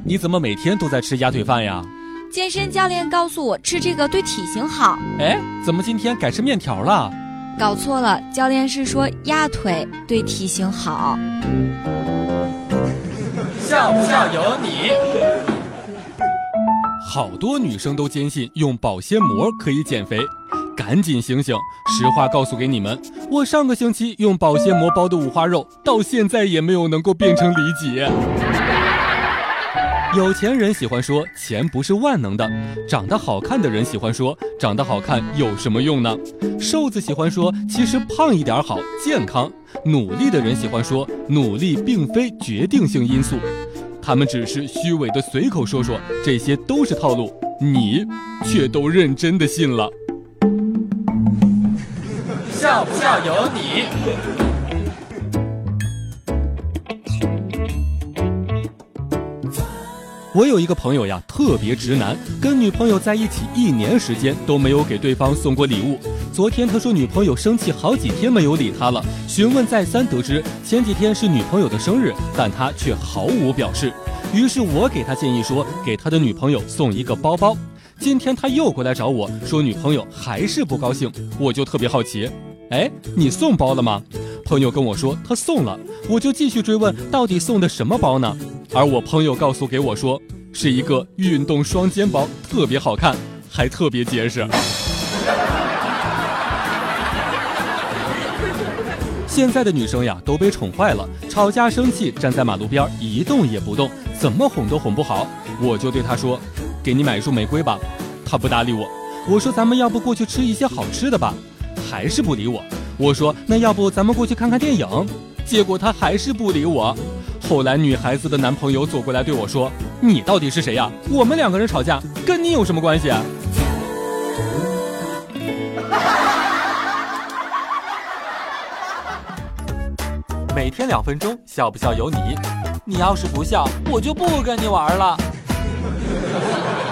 你怎么每天都在吃鸭腿饭呀？ 健身教练告诉我吃这个对体型好。 哎，怎么今天改吃面条了？ 搞错了，教练是说鸭腿对体型好。 笑不笑由你。 好多女生都坚信用保鲜膜可以减肥，赶紧醒醒！实话告诉给你们，我上个星期用保鲜膜包的五花肉，到现在也没有能够变成里脊。有钱人喜欢说钱不是万能的，长得好看的人喜欢说长得好看有什么用呢？瘦子喜欢说其实胖一点好，健康。努力的人喜欢说努力并非决定性因素，他们只是虚伪的随口说说，这些都是套路，你却都认真的信了。 笑不笑由你。 我有一个朋友呀，特别直男，跟女朋友在一起1年时间都没有给对方送过礼物。昨天他说女朋友生气好几天没有理他了，询问再三得知前几天是女朋友的生日，但他却毫无表示。于是我给他建议说，给他的女朋友送一个包包。今天他又过来找我说女朋友还是不高兴，我就特别好奇，哎，你送包了吗？朋友跟我说他送了，我就继续追问到底送的什么包呢？而我朋友告诉给我说，是一个运动双肩包，特别好看，还特别结实。现在的女生呀都被宠坏了，吵架生气站在马路边一动也不动，怎么哄都哄不好。我就对她说，给你买一束玫瑰吧。她不搭理我。我说咱们要不过去吃一些好吃的吧，还是不理我。我说那要不咱们过去看看电影，结果她还是不理我。后来女孩子的男朋友走过来对我说，你到底是谁呀？我们2个人吵架跟你有什么关系啊？ 每天2分钟，笑不笑由你。你要是不笑，我就不跟你玩了。